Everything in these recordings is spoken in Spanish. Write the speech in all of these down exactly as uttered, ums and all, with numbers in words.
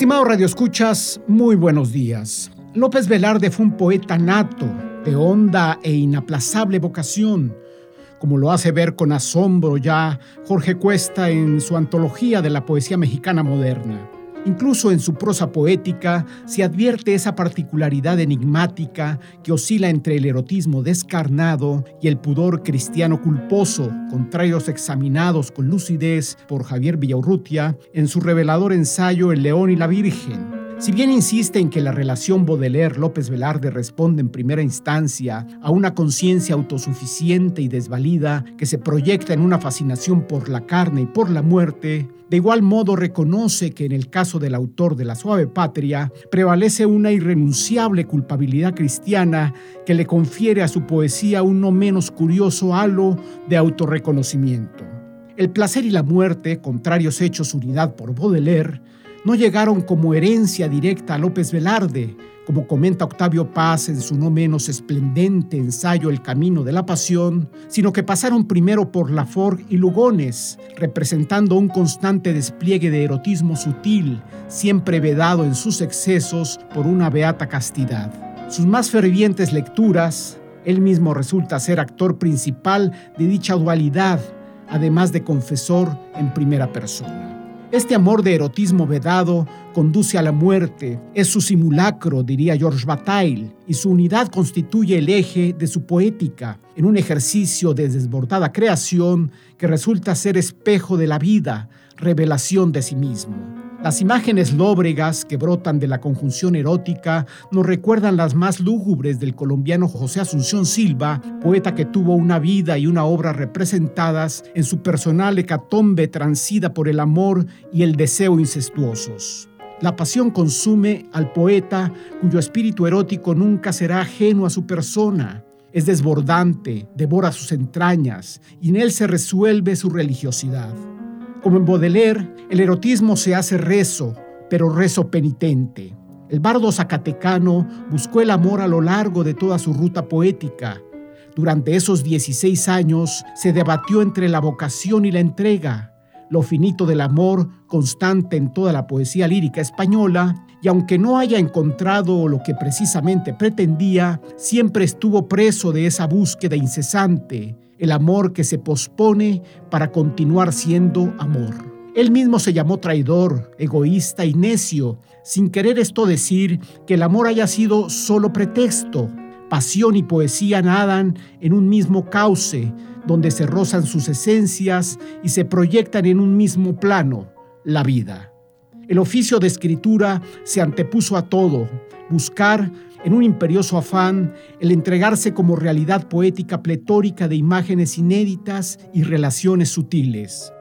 Estimados radioescuchas, muy buenos días. López Velarde fue un poeta nato, de honda e inaplazable vocación, como lo hace ver con asombro ya Jorge Cuesta en su antología de la poesía mexicana moderna. Incluso en su prosa poética se advierte esa particularidad enigmática que oscila entre el erotismo descarnado y el pudor cristiano culposo, contrarios examinados con lucidez por Javier Villaurrutia en su revelador ensayo El León y la Virgen. Si bien insiste en que la relación Baudelaire-López Velarde responde en primera instancia a una conciencia autosuficiente y desvalida que se proyecta en una fascinación por la carne y por la muerte, de igual modo reconoce que en el caso del autor de La Suave Patria prevalece una irrenunciable culpabilidad cristiana que le confiere a su poesía un no menos curioso halo de autorreconocimiento. El placer y la muerte, contrarios hechos unidad por Baudelaire, no llegaron como herencia directa a López Velarde, como comenta Octavio Paz en su no menos esplendente ensayo El Camino de la Pasión, sino que pasaron primero por Laforgue y Lugones, representando un constante despliegue de erotismo sutil, siempre vedado en sus excesos por una beata castidad. Sus más fervientes lecturas, él mismo resulta ser actor principal de dicha dualidad, además de confesor en primera persona. Este amor de erotismo vedado conduce a la muerte, es su simulacro, diría Georges Bataille, y su unidad constituye el eje de su poética, en un ejercicio de desbordada creación que resulta ser espejo de la vida, revelación de sí mismo. Las imágenes lóbregas que brotan de la conjunción erótica nos recuerdan las más lúgubres del colombiano José Asunción Silva, poeta que tuvo una vida y una obra representadas en su personal hecatombe transida por el amor y el deseo incestuosos. La pasión consume al poeta cuyo espíritu erótico nunca será ajeno a su persona. Es desbordante, devora sus entrañas y en él se resuelve su religiosidad. Como en Baudelaire, el erotismo se hace rezo, pero rezo penitente. El bardo zacatecano buscó el amor a lo largo de toda su ruta poética. Durante esos dieciséis años se debatió entre la vocación y la entrega, lo finito del amor constante en toda la poesía lírica española, y aunque no haya encontrado lo que precisamente pretendía, siempre estuvo preso de esa búsqueda incesante, el amor que se pospone para continuar siendo amor. Él mismo se llamó traidor, egoísta y necio, sin querer esto decir que el amor haya sido solo pretexto. Pasión y poesía nadan en un mismo cauce, donde se rozan sus esencias y se proyectan en un mismo plano, la vida. El oficio de escritura se antepuso a todo, buscar, en un imperioso afán, el entregarse como realidad poética pletórica de imágenes inéditas y relaciones sutiles.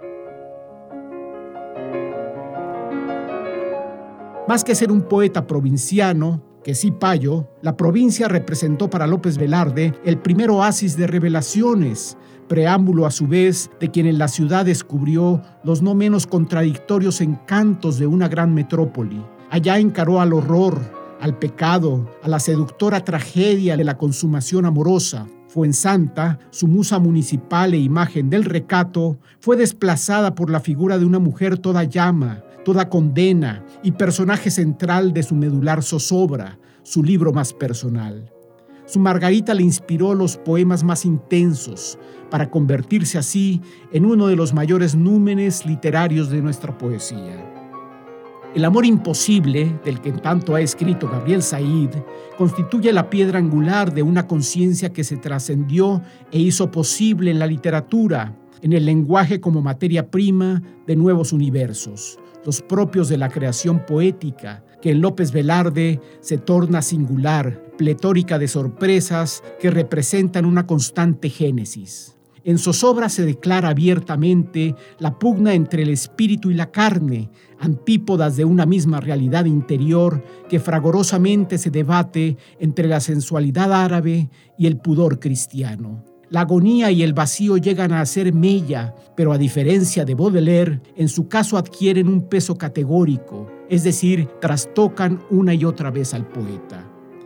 Más que ser un poeta provinciano, que sí payo, la provincia representó para López Velarde el primer oasis de revelaciones, preámbulo a su vez de quien en la ciudad descubrió los no menos contradictorios encantos de una gran metrópoli. Allá encaró al horror, al pecado, a la seductora tragedia de la consumación amorosa. Fuensanta, su musa municipal e imagen del recato, fue desplazada por la figura de una mujer toda llama, toda condena y personaje central de su medular zozobra, su libro más personal. Su Margarita le inspiró los poemas más intensos, para convertirse así en uno de los mayores númenes literarios de nuestra poesía. El amor imposible, del que tanto ha escrito Gabriel Said, constituye la piedra angular de una conciencia que se trascendió e hizo posible en la literatura, en el lenguaje como materia prima de nuevos universos, los propios de la creación poética, que en López Velarde se torna singular, pletórica de sorpresas que representan una constante génesis. En zozobra se declara abiertamente la pugna entre el espíritu y la carne, antípodas de una misma realidad interior que fragorosamente se debate entre la sensualidad árabe y el pudor cristiano. La agonía y el vacío llegan a ser mella, pero a diferencia de Baudelaire, en su caso adquieren un peso categórico, es decir, trastocan una y otra vez al poeta.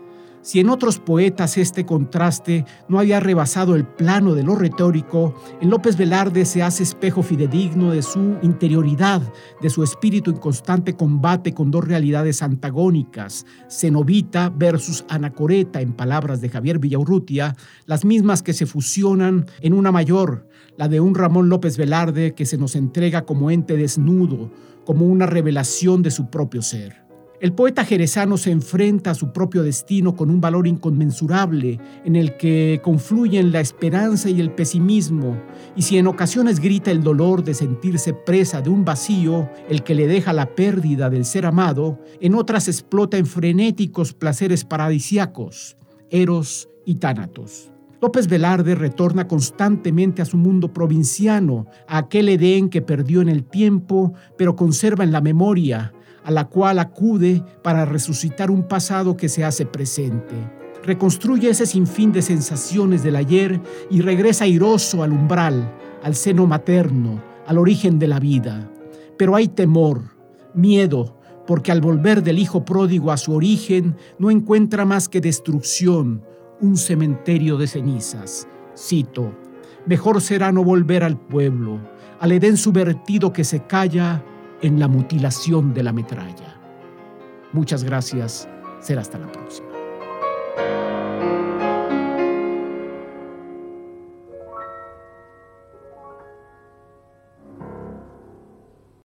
Si en otros poetas este contraste no había rebasado el plano de lo retórico, en López Velarde se hace espejo fidedigno de su interioridad, de su espíritu en constante combate con dos realidades antagónicas, cenobita versus anacoreta, en palabras de Javier Villaurrutia, las mismas que se fusionan en una mayor, la de un Ramón López Velarde que se nos entrega como ente desnudo, como una revelación de su propio ser. El poeta jerezano se enfrenta a su propio destino con un valor inconmensurable en el que confluyen la esperanza y el pesimismo, y si en ocasiones grita el dolor de sentirse presa de un vacío, el que le deja la pérdida del ser amado, en otras explota en frenéticos placeres paradisíacos, eros y tánatos. López Velarde retorna constantemente a su mundo provinciano, a aquel Edén que perdió en el tiempo, pero conserva en la memoria, a la cual acude para resucitar un pasado que se hace presente. Reconstruye ese sinfín de sensaciones del ayer y regresa airoso al umbral, al seno materno, al origen de la vida. Pero hay temor, miedo, porque al volver del hijo pródigo a su origen no encuentra más que destrucción, un cementerio de cenizas. Cito: mejor será no volver al pueblo, al Edén subvertido que se calla en la mutilación de la metralla. Muchas gracias. Será hasta la próxima.